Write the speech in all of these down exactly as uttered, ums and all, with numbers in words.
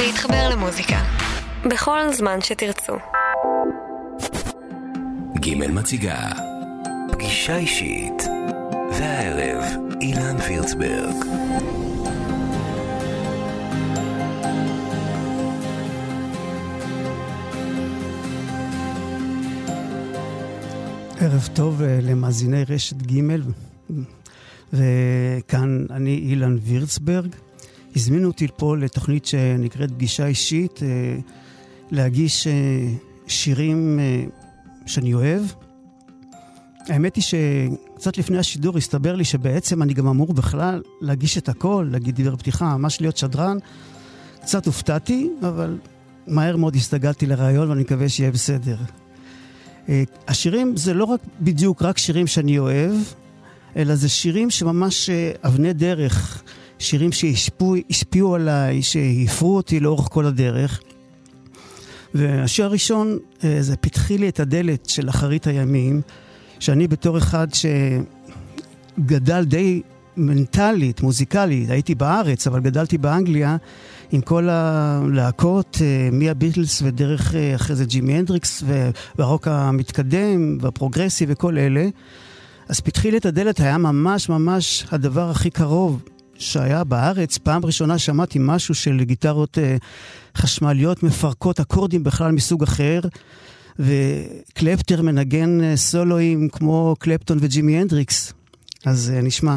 להתחבר למוזיקה בכל זמן שתרצו. ג' מציגה פגישה אישית, והערב אילן וירצברג. ערב טוב למאזיני רשת ג', וכאן אני אילן וירצברג. הזמינו אותי פה לתוכנית שנקראת פגישה אישית, להגיש שירים שאני אוהב. האמת היא שקצת לפני השידור הסתבר לי שבעצם אני גם אמור בכלל להגיש את הכל, להגיד דבר פתיחה, ממש להיות שדרן. קצת הופתעתי, אבל מהר מאוד הסתגלתי לרעיון ואני מקווה שיהיה בסדר. השירים זה לא רק בדיוק רק שירים שאני אוהב, אלא זה שירים שממש אבני דרך, שירים שהשפיעו עליי, שהפרו אותי לאורך כל הדרך. והשיר הראשון זה פתחי לי את הדלת של אחרית הימים, שאני בתור אחד שגדל די מנטלית, מוזיקלית, הייתי בארץ, אבל גדלתי באנגליה, עם כל הלהקות, מהביטלס ודרך אחרי זה ג'ימי הנדריקס, והרוק המתקדם והפרוגרסי וכל אלה. אז פתחי לי את הדלת היה ממש ממש הדבר הכי קרוב שהיה בארץ. פעם ראשונה שמעתי משהו של גיטרות חשמליות מפרקות אקורדים בכלל מסוג אחר, וקלפטר מנגן סולואים כמו קלפטון וג'ימי הנדריקס. אז נשמע.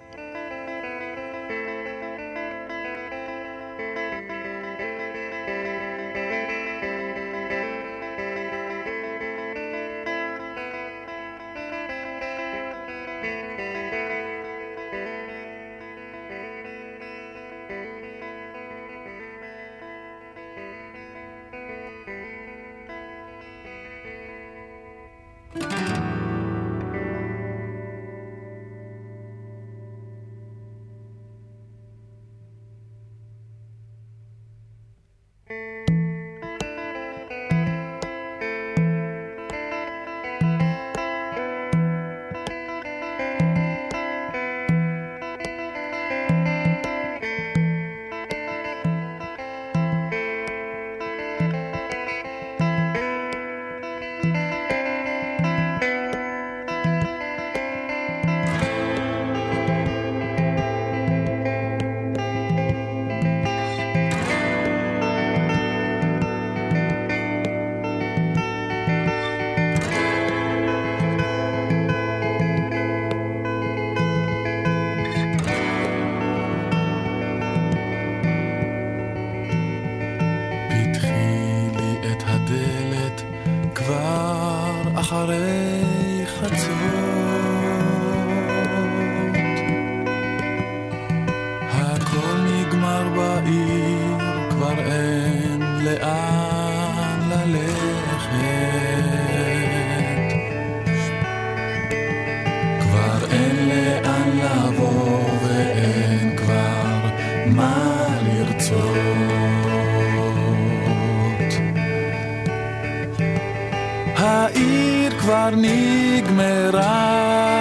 העיר כבר נגמרה,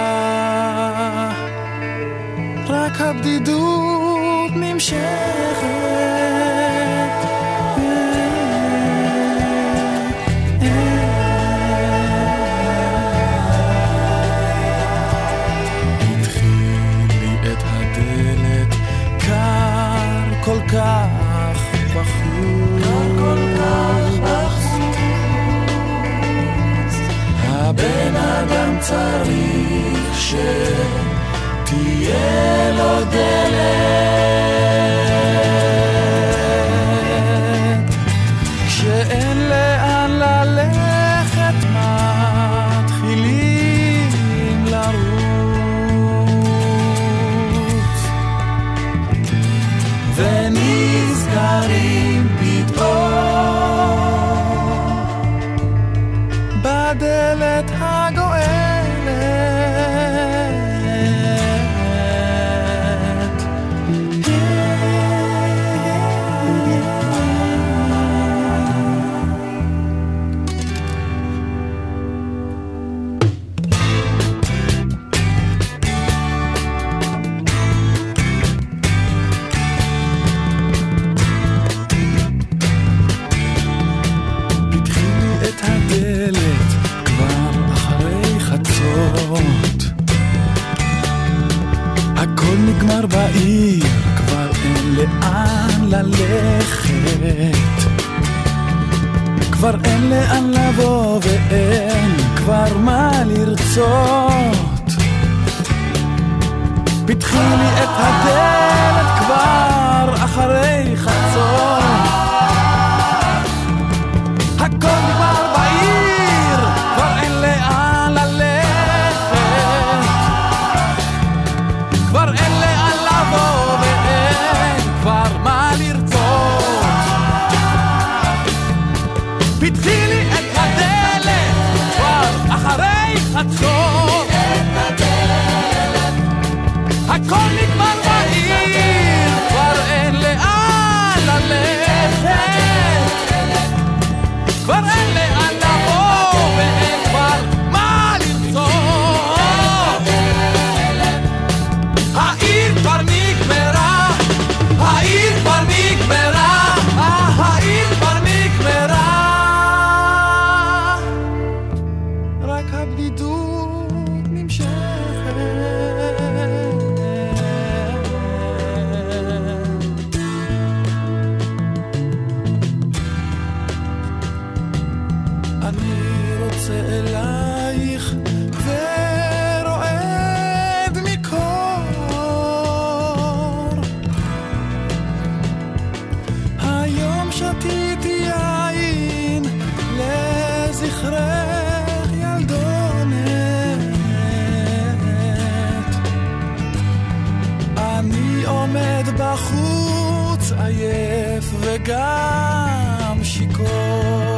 רק הבדידות נמשכת. התחיל לי את הדלת, קר כל כך בחוץ, קר כל כך בחוץ. הבן אדם צריך שתהיה לו דלת, כשאין לאן ללכת מתחילים לרוץ, ונזכרים פתאום בדלת הגואלת. נגמר בעיר, כבר אין לאן ללכת, כבר אין לאן לבוא ואין כבר מה לרצות. פתחי לי את הדלת כבר אחרי חצות, הכל נגמר בעיר, כבר אין לאן ללכת, כבר אין לאן לבוא ואין כבר מה לרצות. פתחי לי את הדלת כבר אחרי חצות, הכל נגמר בעיר, כבר אין לאן ללכת, כבר אין לאן לבוא ואין כבר מה לרצות. העיר כבר נגמרה, העיר כבר נגמרה, העיר כבר נגמרה, רק הבדידות נמשכת. אלייך ורועד מקור, היום שתיתי יין לזכרך ילדונת, אני עומד בחוץ עייף וגם שיקור,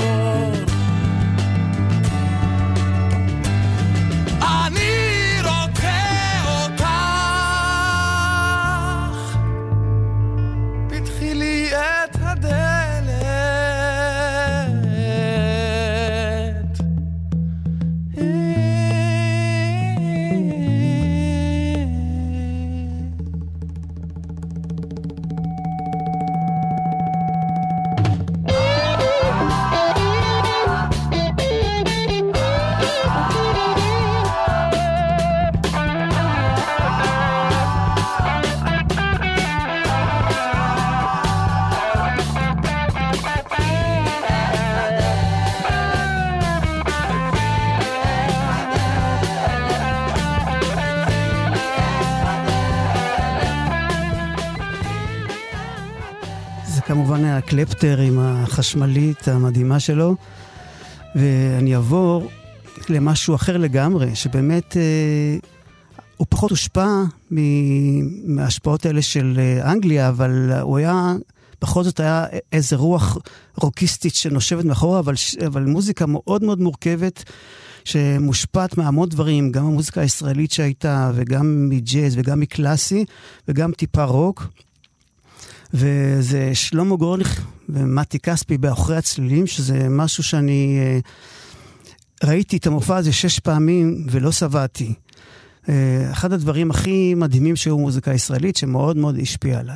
כמובן הקלפטר עם החשמלית המדהימה שלו, ואני אעבור למשהו אחר לגמרי, שבאמת אה, הוא פחות הושפע מההשפעות האלה של אנגליה, אבל הוא היה, בכל זאת היה איזה רוח רוקיסטית שנושבת מאחורה, אבל, אבל מוזיקה מאוד מאוד מורכבת, שמושפעת מהמון דברים, גם המוזיקה הישראלית שהייתה, וגם מג'אז, וגם מקלאסי, וגם טיפה רוק. וזה שלמה גורליך ומתי כספי באחורי הצלילים, שזה משהו שאני אה, ראיתי את המופע הזה שש פעמים ולא סבעתי. אה, אחד הדברים הכי מדהימים שהוא מוזיקה ישראלית, שמאוד מאוד השפיע עליי.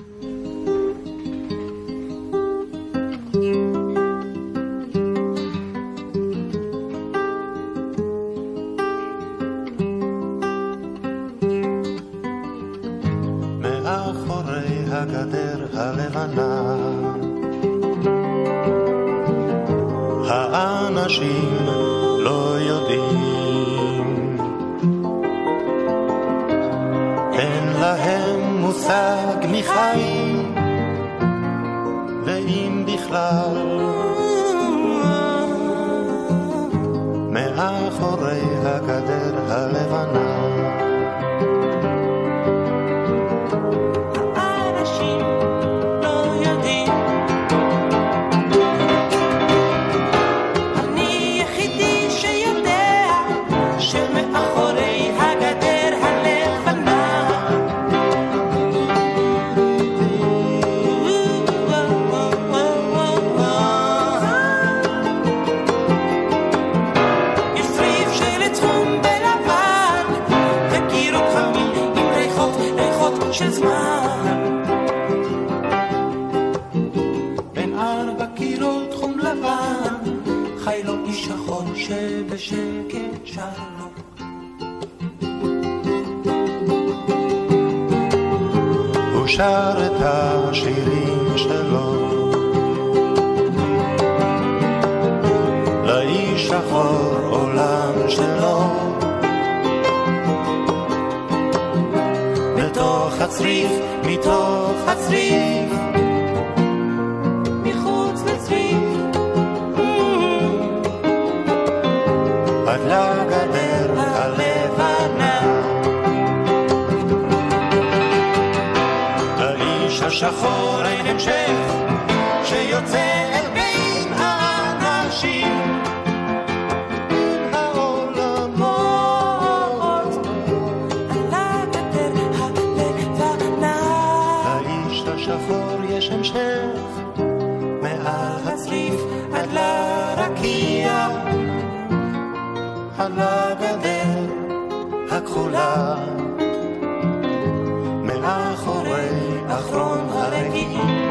הגדר הלבנה האנשים לא יודעים, אין להם מושג מחיים, ואם בכלל מאחורי הגדר הלבנה של זמן בין ארבע קירות חום לבן חי לו איש שחור שבשקט שלום שר את השירים שלו לאיש שחור עולם שלו בתוך הצריף, מתוך הצריף מחוץ לצריף עד לגדר הלבנה לאיש השחור אין המשך שיוצא אל בין האנשים בין העולמות על הגדר הלבנה לאיש השחור יש המשך מעל הצריף עד לרקיע על הגדר הכחולה מאחורי אחרון הרקיעים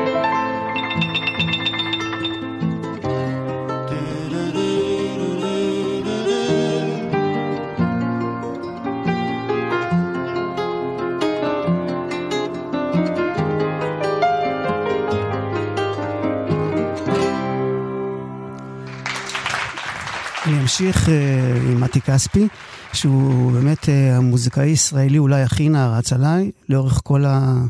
אני אמשיך עם מתי כספי, שהוא באמת המוזיקאי הישראלי אולי הכי נערץ עליי, לאורך כל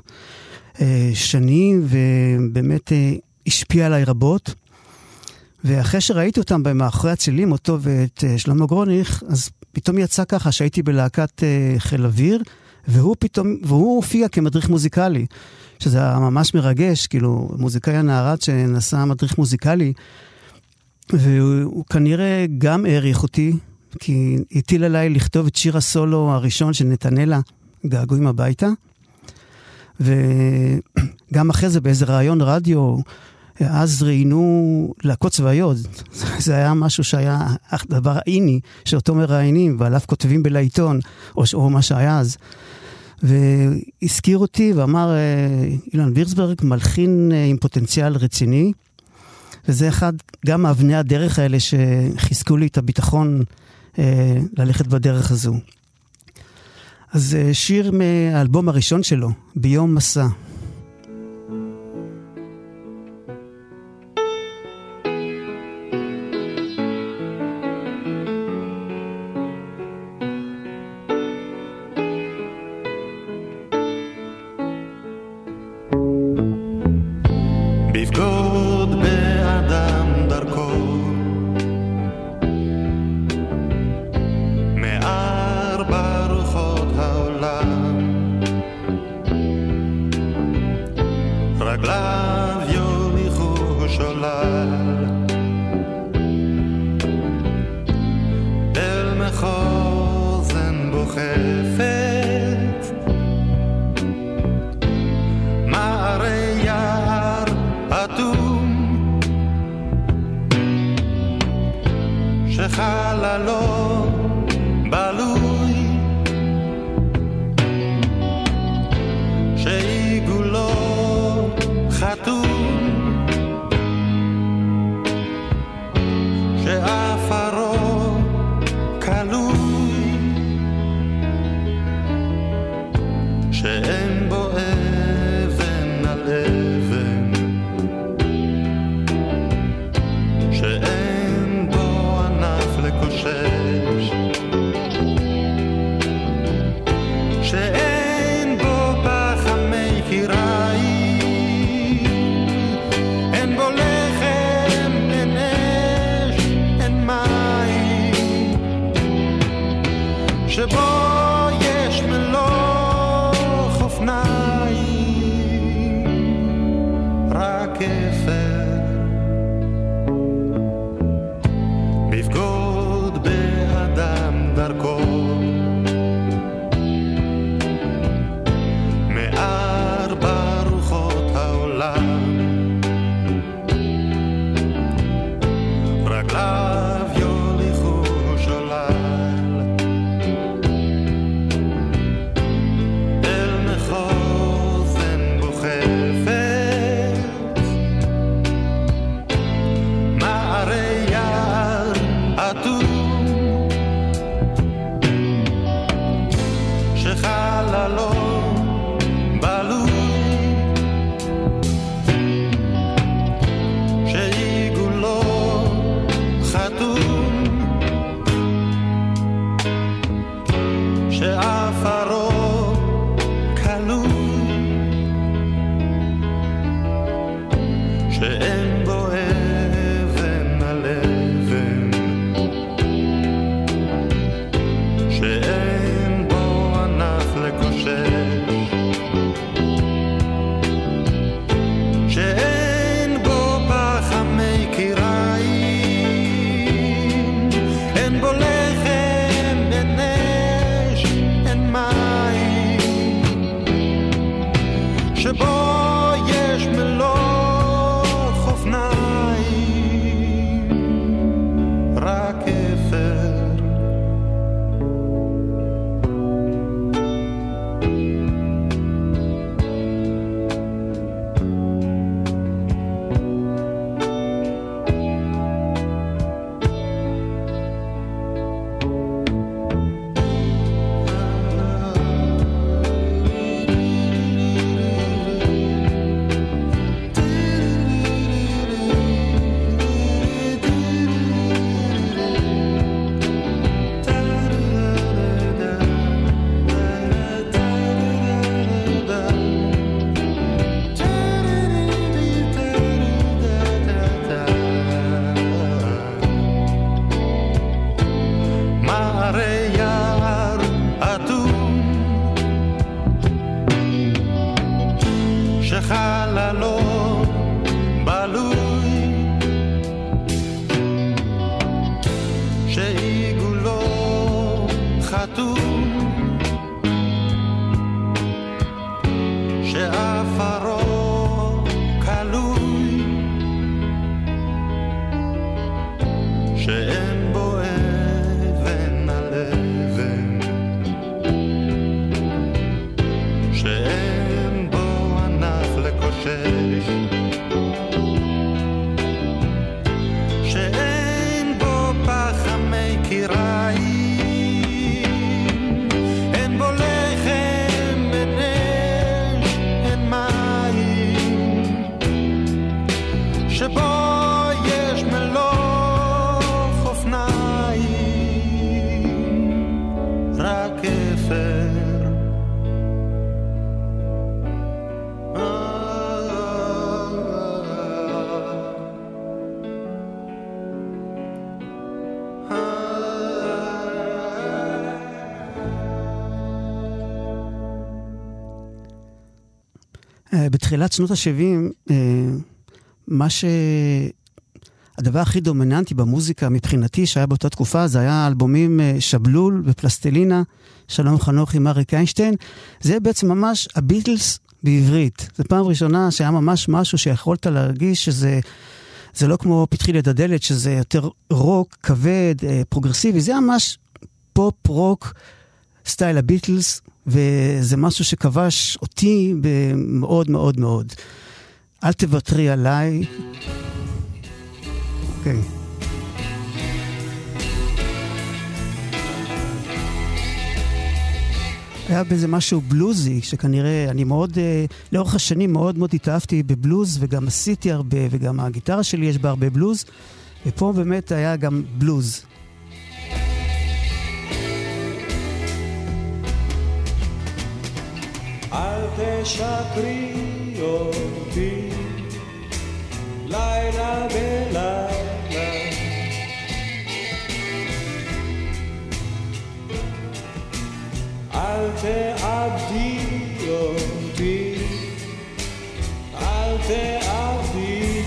השנים, ובאמת השפיע עליי רבות. ואחרי שראיתי אותם במאחורי הצילים, אותו ואת שלמה גרוניך, אז פתאום יצא ככה שהייתי בלהקת חיל אוויר, והוא פתאום, והוא הופיע כמדריך מוזיקלי, שזה היה ממש מרגש, כאילו מוזיקאי הנערץ שנסע מדריך מוזיקלי, והוא כנראה גם העריך אותי, כי הטיל עליי לכתוב את שיר הסולו הראשון של נתנאלה, געגועים הביתה. וגם אחרי זה באיזה רעיון רדיו, אז ראינו להקות צבאיות. זה היה משהו שהיה דבר העיני, שאותו מראיינים, ועליו כותבים בלעיתון, או, או מה שהיה אז. והזכיר אותי ואמר, אילן וירצברג מלחין עם פוטנציאל רציני, וזה אחד, גם מאבני הדרך האלה שחיזקו לי את הביטחון אה, ללכת בדרך הזו. אז אה, שיר מהאלבום הראשון שלו, ביום מסע. שבו יש מלוך אופניים, רק אפר. בתחילת שנות ה-שבעים, מה ש... הדבר הכי דומיננטי במוזיקה מבחינתי שהיה באותה תקופה, זה היה אלבומים שבלול ופלסטלינה, שלום חנוך עם אריק איינשטיין. זה בעצם ממש הביטלס בעברית. זו פעם ראשונה שהיה ממש משהו שיכולת להרגיש שזה זה לא כמו פתחי ליד הדלת, שזה יותר רוק, כבד, פרוגרסיבי. זה ממש פופ, רוק, סטייל הביטלס, וזה משהו שכבש אותי מאוד מאוד מאוד. אל תוותרי עליי. אוקיי. היה בזה משהו בלוזי, שכנראה אני מאוד, לאורך השנים מאוד מאוד התאהבתי בבלוז, וגם עשיתי הרבה, וגם הגיטרה שלי יש בה הרבה בלוז, ופה באמת היה גם בלוז. אל תשקרי אותי לילה בלילה, אל תעבדי אותי, אל תעבדי,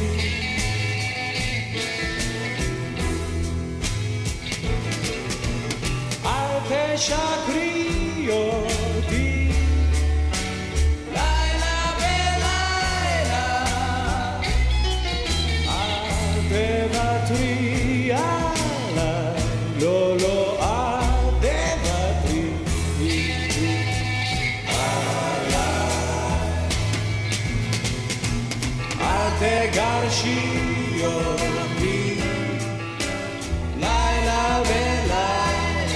אל תשקרי אותי לילה בלילה, אל תוותרי עליי, לא לא אל תוותרי תגרשי אותי לילה ולילה,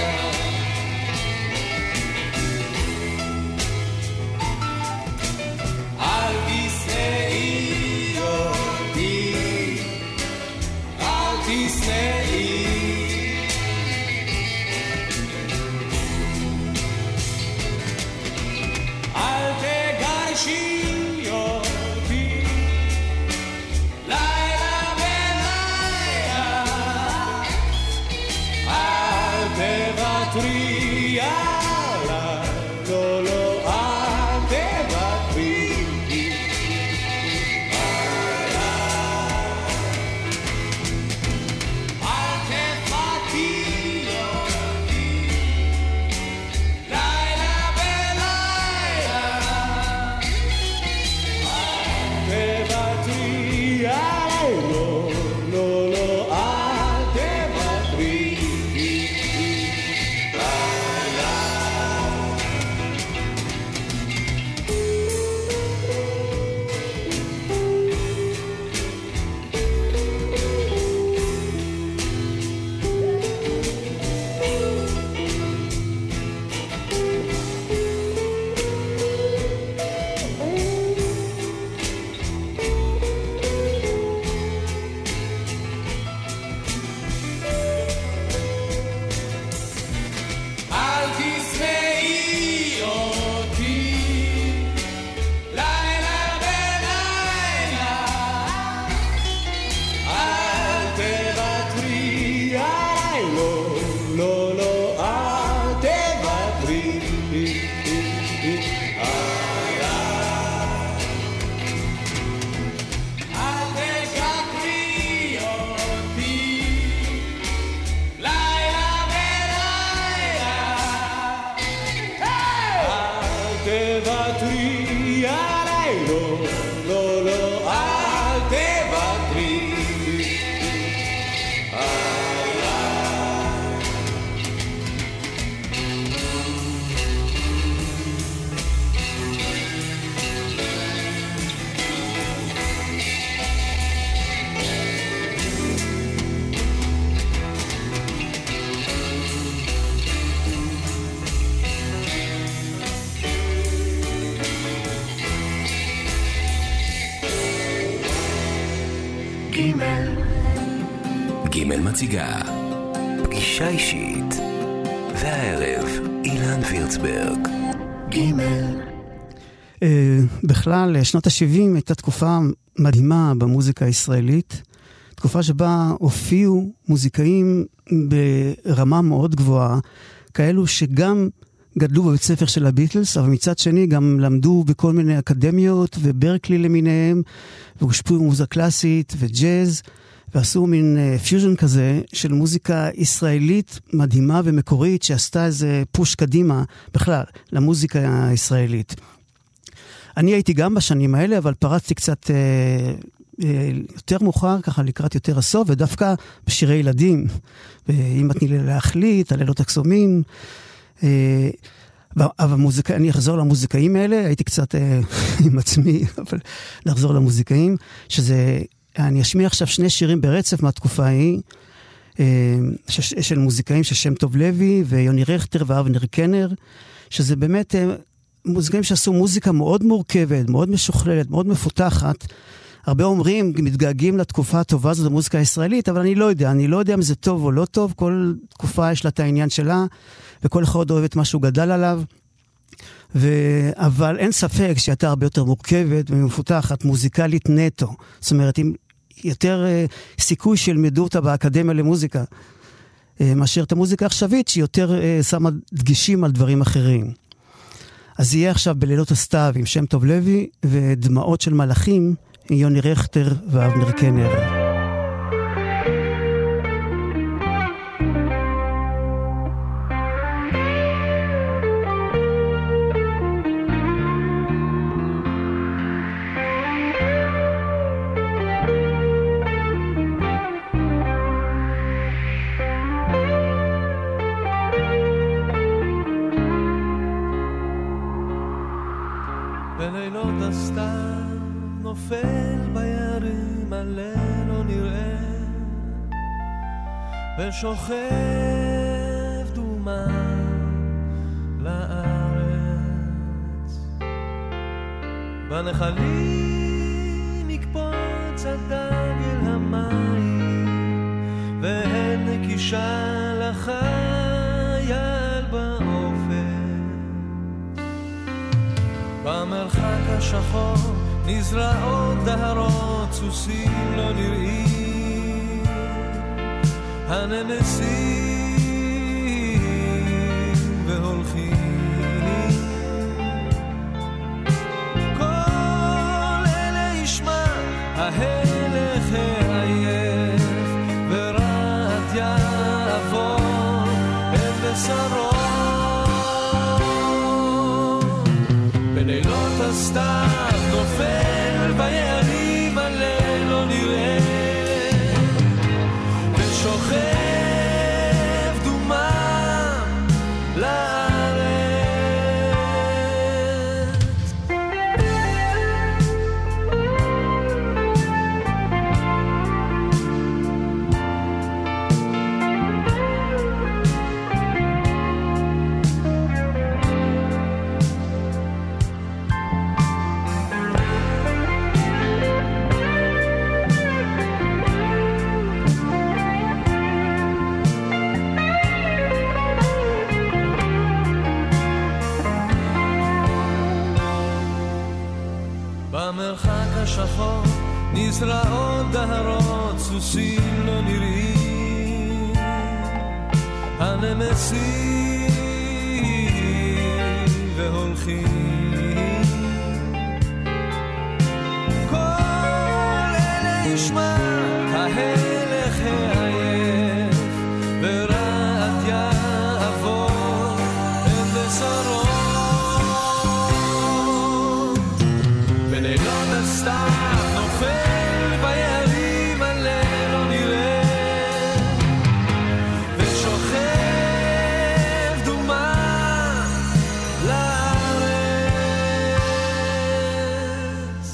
אל תשנאי אותי, אל תשנאי, אל תגרשי לילה בלילה, גימל. גימל מציגה פגישה אישית, והערב אילן וירצברג. גימל. בכלל, שנות ה-שבעים הייתה תקופה מדהימה במוזיקה הישראלית, תקופה שבה הופיעו מוזיקאים ברמה מאוד גבוהה, כאלו שגם גדלו בבית ספר של הביטלס, אבל מצד שני גם למדו בכל מיני אקדמיות וברקלי למיניהם, והושפעו מוזיקה קלאסית וג'אז, ועשו מין פיוז'ן כזה של מוזיקה ישראלית מדהימה ומקורית, שעשתה איזה פוש קדימה בכלל למוזיקה הישראלית. אני הייתי גם בשנים האלה, אבל פרצתי קצת אה, אה, יותר מאוחר, ככה לקראת יותר הסוף, ודווקא בשירי ילדים, אם תני לי להחליט, הלילות הקסומים, אה, אבל מוזיקה, אני אחזור למוזיקאים האלה, הייתי קצת אה, עם עצמי, אבל נחזור למוזיקאים, שזה, אני אשמיע עכשיו שני שירים ברצף מהתקופה ההיא, אה, ש, של מוזיקאים של שם טוב לוי, ויוני רכטר ואבנר קנר, שזה באמת... אה, מוזיקאים שעשו מוזיקה מאוד מורכבת, מאוד משוכללת, מאוד מפותחת. הרבה אומרים, מתגעגעים לתקופה הטובה הזאת, המוזיקה הישראלית, אבל אני לא יודע, אני לא יודע אם זה טוב או לא טוב, כל תקופה יש לה את העניין שלה, וכל אחד אוהב את מה שהוא גדל עליו, ו... אבל אין ספק שהיא הייתה הרבה יותר מורכבת ומפותחת, מוזיקלית נטו. זאת אומרת, עם יותר uh, סיכוי שילמדו אותה באקדמיה למוזיקה, uh, מאשר את המוזיקה העכשווית, שהיא יותר uh, שמה דגשים על דברים אחרים. אז יהיה עכשיו בלילות הסתיו עם שם טוב לוי ודמעות של מלאכים עם יוני רכטר ואבנר קנר. ושוכב דומה לארץ, בנחלים יקפוץ הדג אל המים, והן נקישה לחייל באופן. במרחק השחור נזרעות דהרות, סוסים לא נראים, הנמסים והולכים. כל אלה ישמע ההלך העייף, ורעת יעבור את בשרו. בלילות הסתיו נופל ביערים, הליל לא נראה, שוכב דומה לארץ. במרחק השחור נזרעות דהרות, סוסים לא נראים, הנמסים והולכים. כל אלה ישמע ההלך העייף, ורעת יעבור את בשרו. בלילות הסתיו נופל ביערים, הליל לא נראה, ושוכב דומה לארץ.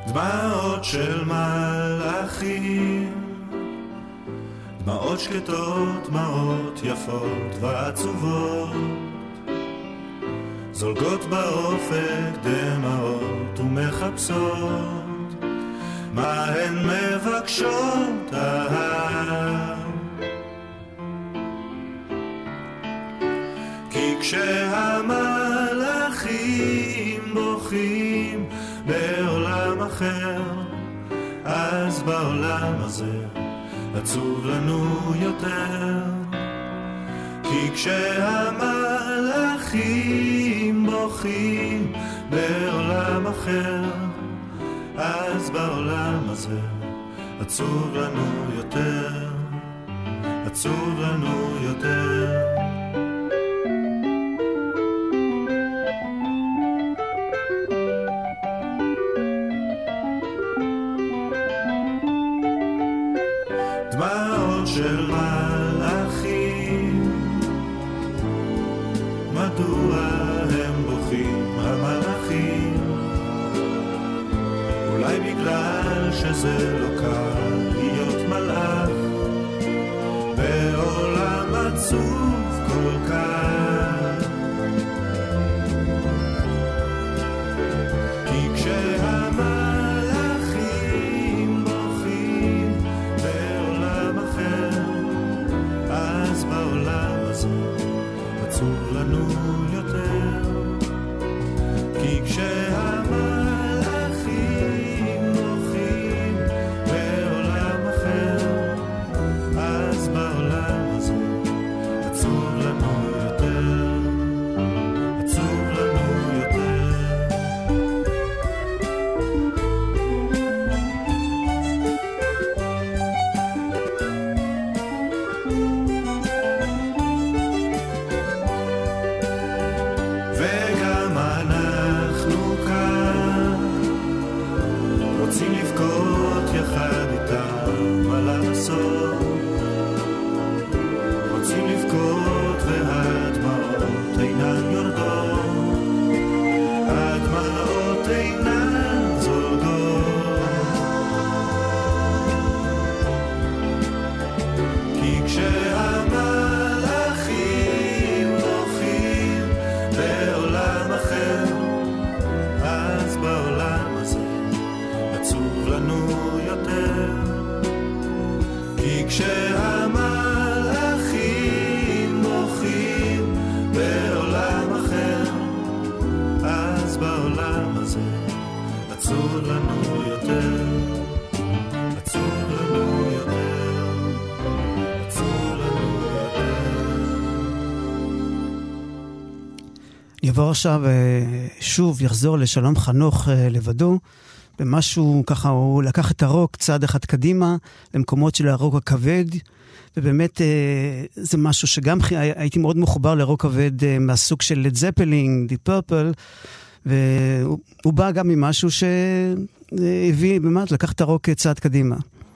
דמעות של מלאכים, דמעות שקטות, דמעות יפות ועצובות, זולגות באופק דמעות ומחפשות מה הן מבקשות. כי כשהמלאכים בוכים בעולם אחר, אז בעולם הזה עצוב לנו יותר. כי כשהמלאכים בוכים בעולם אחר, אז בעולם הזה עצוב לנו יותר, עצוב לנו יותר. דמעות של מלאכים, מדוע הם בוכים המלאכים? אולי בגלל שזה לא קל להיות מלאך בעולם עצוב כל כך. כי כשהמלאכים בוכים בעולם אחר, אז בעולם הזה עצוב לנו יותר. כי כשהמלאכים בוכים בעולם אחר, אז בעולם הזה עצוב לנו יותר, עצוב לנו יותר. וגם אנחנו כאן רוצים לבכות יחד איתם, מה לעשות? רוצים לבכות והדמעות אינן יורדות, הדמעות אינן זולגות. כי כשהמלאכים בוכים בעולם אחר, אז בעולם הזה עצוב לנו יותר. כי כשהמלאכים בוכים בעולם אחר, אז בעולם הזה עצוב לנו יותר, עצוב לנו יותר, עצוב לנו יותר. יבוא עכשיו שוב יחזור לשלום חנוך לבדו, במשהו ככה, הוא לקח את הרוק צעד אחד קדימה למקומות של הרוק הכבד, ובאמת זה משהו שגם הייתי מאוד מחובר לרוק כבד מהסוג של לד זפלין, די פרפל, והוא בא גם ממשהו שהביא באמת לקח את הרוק צעד קדימה.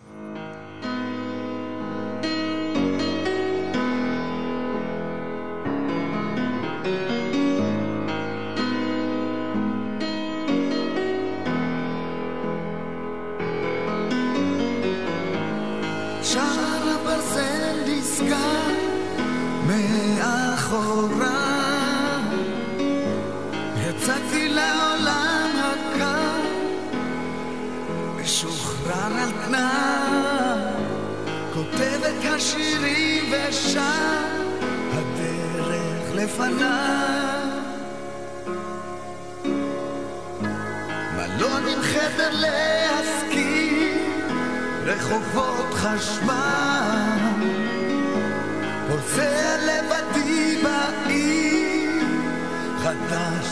שער הברזל נסגר מאחורה, יצאתי לעולם הקר, משוחרר על תנאי, כותב את השירים ושר, הדרך לפניי. מלון עם חדר להשכיר, רחובות חשמל, פוסע לבדי בעיר, חדש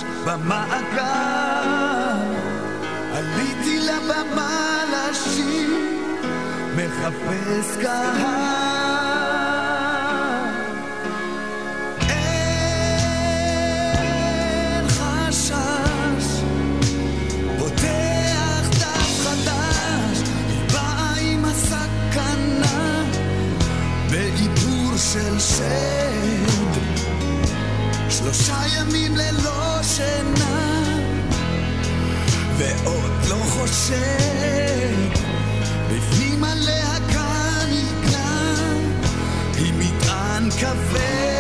במעגל. עליתי לבמה לשיר, מחפש קהל. אין חשש, פותח דף חדש, בא עם הסכנה, בעיבור של שד, שלושה ימים ללא שינה, ועוד עוד לא חושב, בפנים עליה כאן נגלה, היא מטען כבד.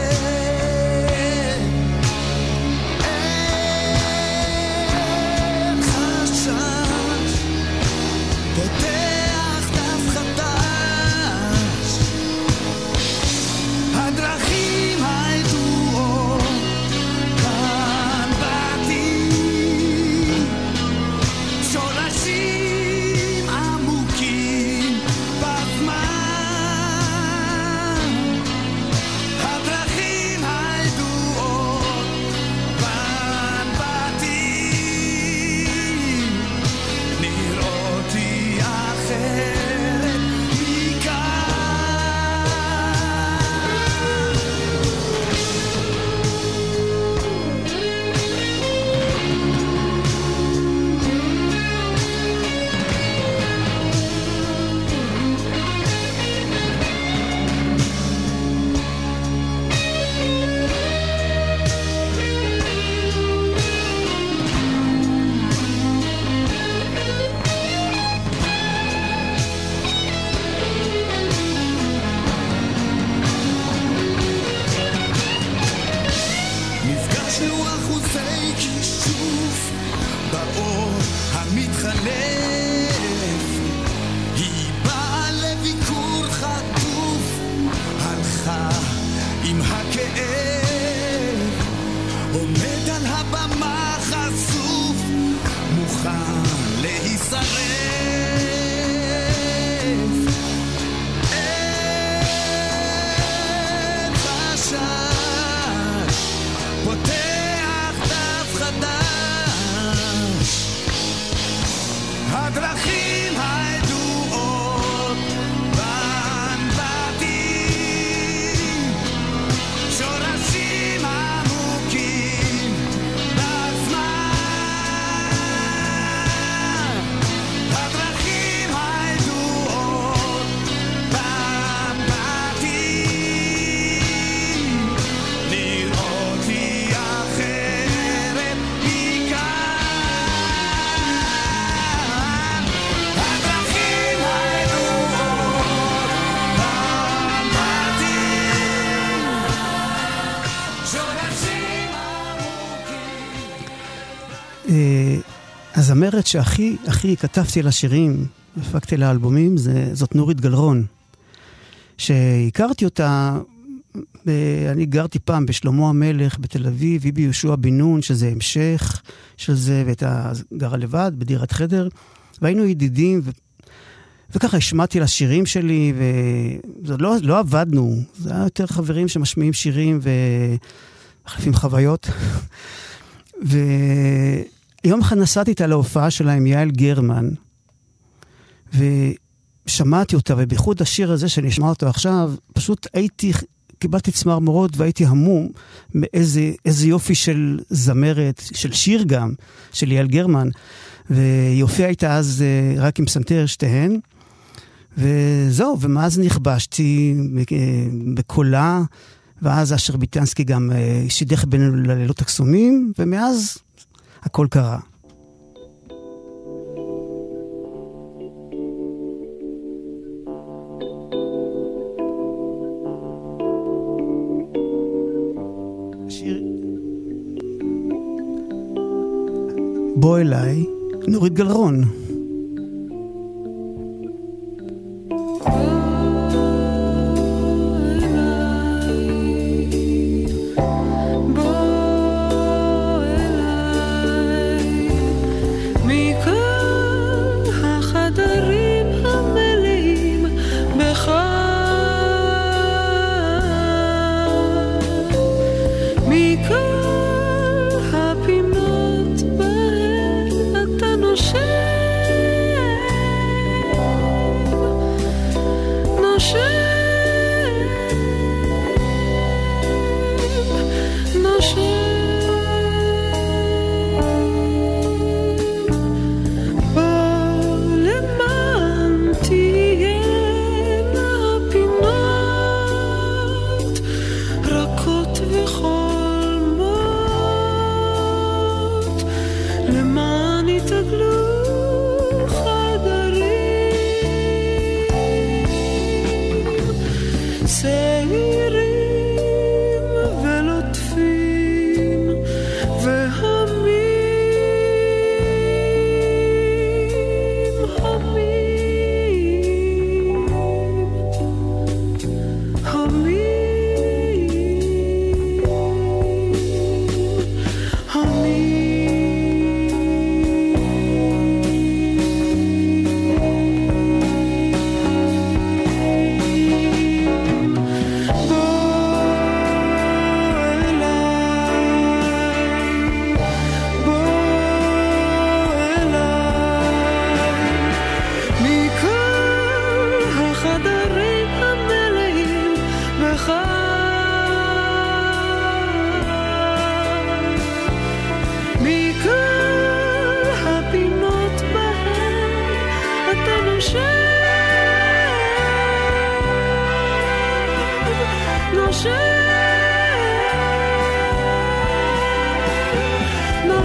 הזמרת שהכי הכי כתבתי לה שירים, הפקתי לה אלבומים, זה, זאת נורית גלרון. שהכרתי אותה, אני גרתי פעם בשלמה המלך בתל אביב, היא ביהושע בן נון, שזה המשך של זה, והייתה גרה לבד בדירת חדר, והיינו ידידים, ו... וככה השמעתי לה שירים שלי, ולא לא עבדנו, זה היה יותר חברים שמשמיעים שירים ומחליפים חוויות. ו... יום אחד נסעתי איתה להופעה שלה עם יעל גרמן, ושמעתי אותה, ובייחוד השיר הזה שאני אשמע אותו עכשיו, פשוט הייתי, קיבלתי צמרמורות, והייתי המום מאיזה איזה יופי של זמרת, של שיר גם, של יעל גרמן, ויופי הייתה אז רק עם סנטר שתיהן, וזהו, ומאז נכבשתי בקולה, ואז אשר ביטנסקי גם שידך בינינו ללילות הקסומים, ומאז הכל קרה. שיר... בוא אליי, נורית גלרון. למען יתגלו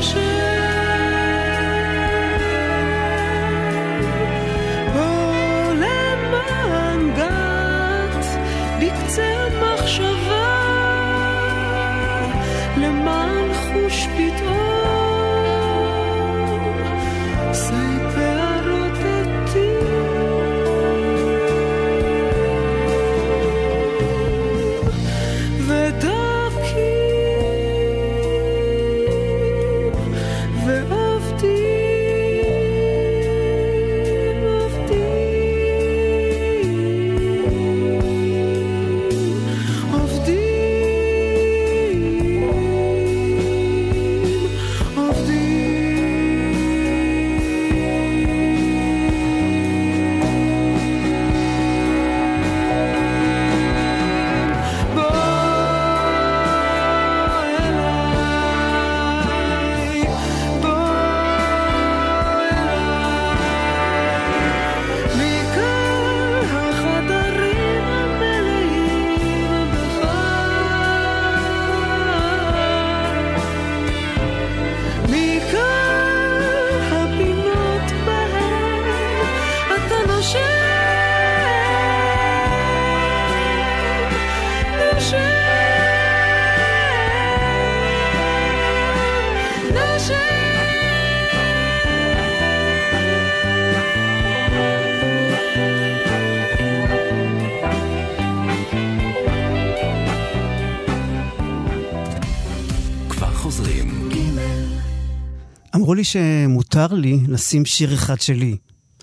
אמרו לי שמותר לי לשים שיר אחד שלי.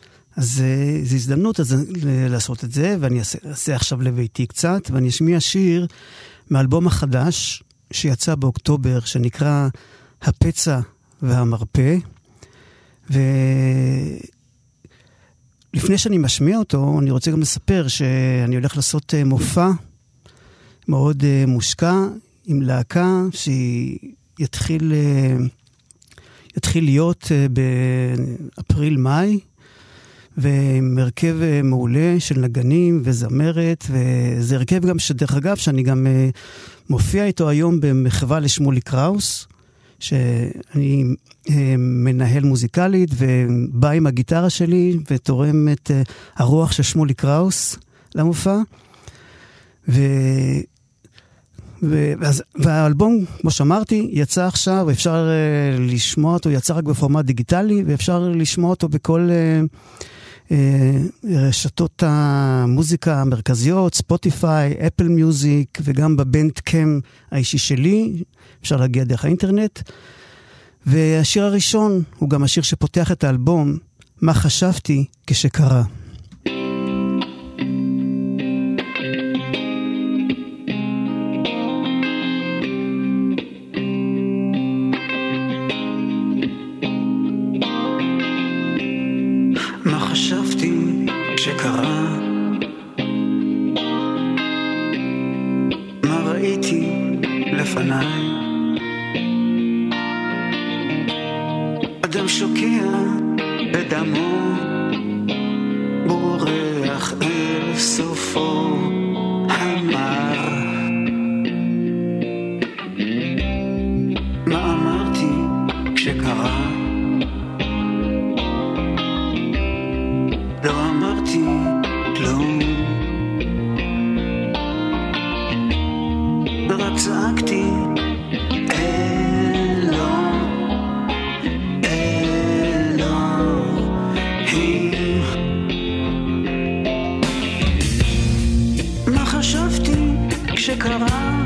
אז זו הזדמנות אז לעשות את זה, ואני אעשה, אעשה עכשיו לביתי קצת, ואני אשמיע שיר מאלבום החדש שיצא באוקטובר, שנקרא הפצע והמרפא. ולפני שאני משמיע אותו, אני רוצה גם לספר שאני הולך לעשות מופע מאוד מושקע, עם להקה שיתחיל יתחיל להיות באפריל-מאי, ועם הרכב מעולה של נגנים וזמרת, וזה הרכב גם שדרך אגב שאני גם מופיע איתו היום במחווה לשמולי קראוס, שאני מנהל מוזיקלית ובא עם הגיטרה שלי ותורם את הרוח של שמולי קראוס למופע. ו... ואז, והאלבום, כמו שאמרתי, יצא עכשיו, אפשר uh, לשמוע אותו, יצא רק בפורמט דיגיטלי, ואפשר לשמוע אותו בכל uh, uh, רשתות המוזיקה המרכזיות, ספוטיפיי, אפל מיוזיק, וגם בבנד קם האישי שלי, אפשר להגיע דרך האינטרנט. והשיר הראשון הוא גם השיר שפותח את האלבום, מה חשבתי כשקרה. חשבתי כשקרה, מה ראיתי לפניי, אדם שוקע בדמו, בורח אל סופו המר. מה אמרתי כשקרה, לא אמרתי כלום, רק צעקתי אלוהים, אלוהים. מה חשבתי כשקרה,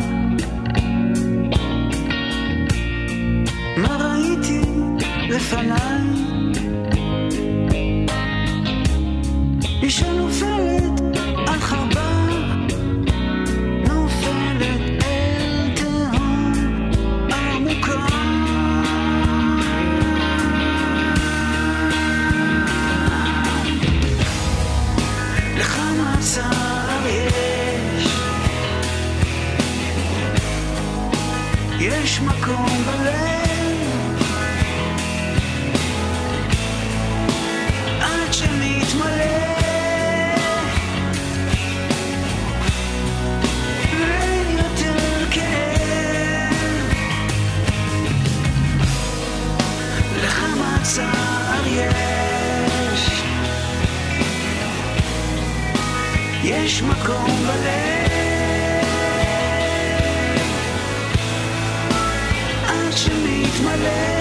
מה ראיתי לפניי, אישה נופלת על חרבה, נופלת אל תהום עמוקה. לך מצר יש, יש מקום בלב, עד שמתמלא יש, יש מקום בלב עד שמתמלא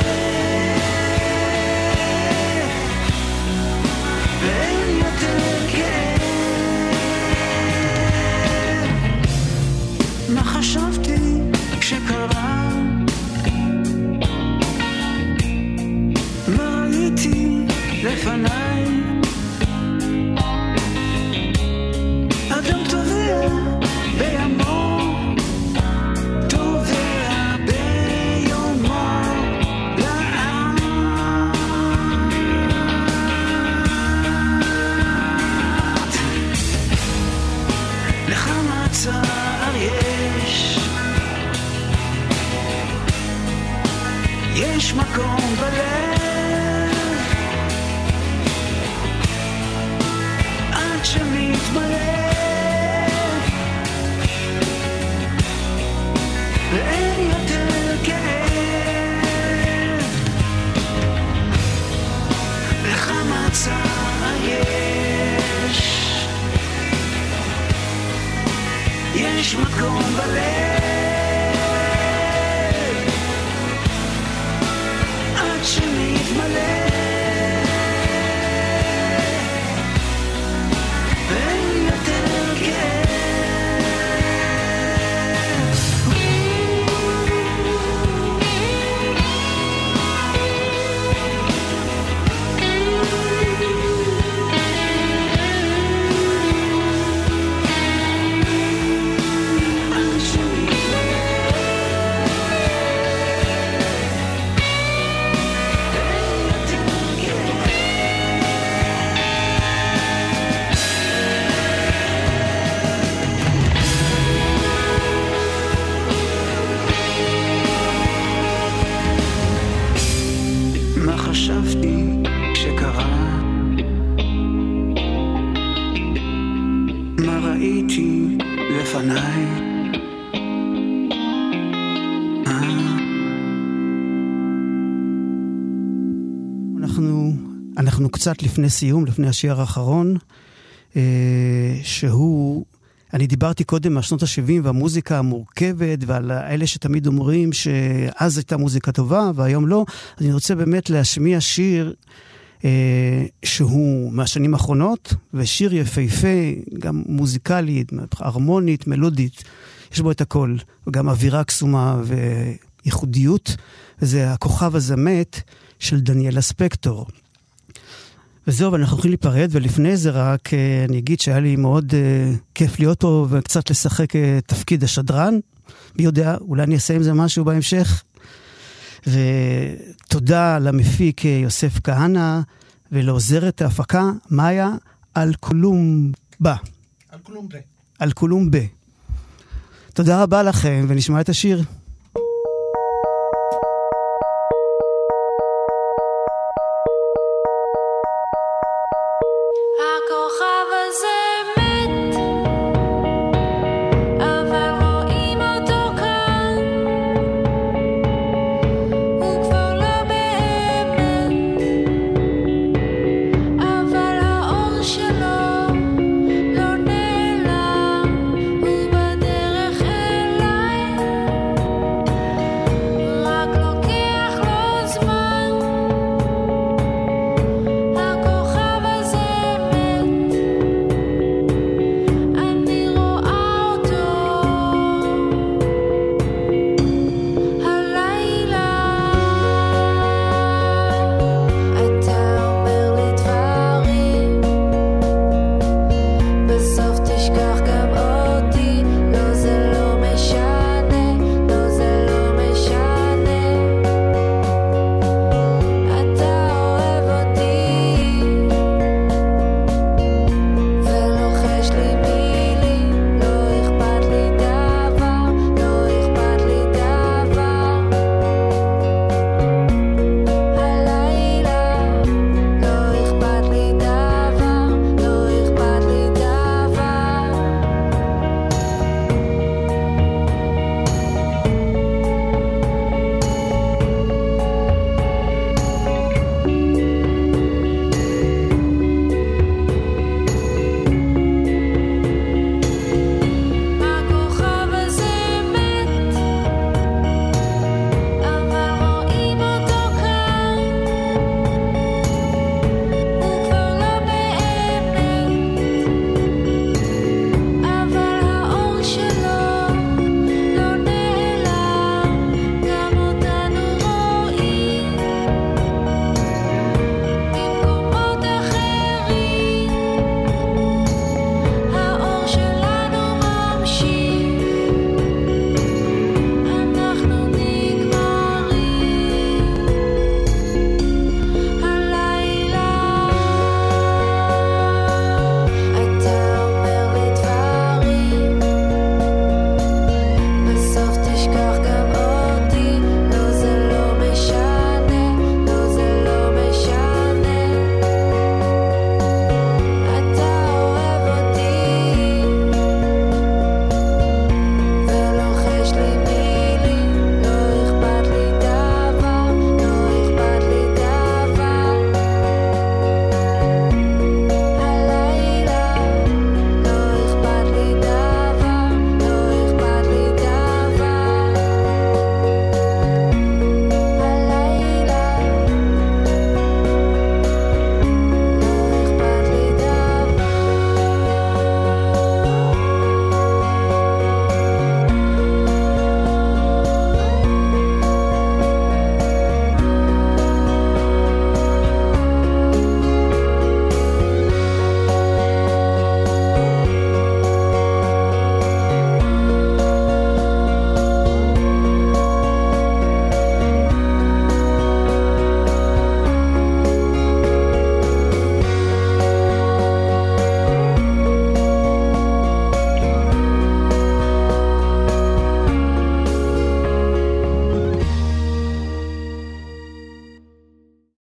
ואין יותר כאב. מה חשבתי שקרה? מה ראיתי לפניי? אדם טובע בימו, טובע ביומו לאט. לך מצער יש, יש מקום בלב עד שמתמלא ואין יותר כאב. לך מצער יש, יש מקום בלב עד שמתמלא ואין יותר כאב. מה חשבתי שקרה? מה ראיתי לפניי? אנחנו, אנחנו קצת לפני סיום, לפני השיר האחרון, אה, שהוא, אני דיברתי קודם מהשנות ה-שבעים והמוזיקה המורכבת, ועל אלה שתמיד אומרים שאז הייתה מוזיקה טובה והיום לא. אז אני רוצה באמת להשמיע שיר אה, שהוא מהשנים האחרונות, ושיר יפהפה, גם מוזיקלית, הרמונית, מלודית, יש בו את הכל, וגם אווירה קסומה וייחודיות, וזה הכוכב הזמת של דניאלה ספקטור. וזהו, ואנחנו הולכים להיפרד, ולפני זה רק אני אגיד שהיה לי מאוד uh, כיף להיות פה וקצת לשחק uh, תפקיד השדרן. מי יודע, אולי אני אעשה עם זה משהו בהמשך. ותודה למפיק יוסף כהנא, ולעוזרת ההפקה מאיה אלקולומבה. אלקולומבה. אלקולומבה. תודה רבה לכם, ונשמע את השיר.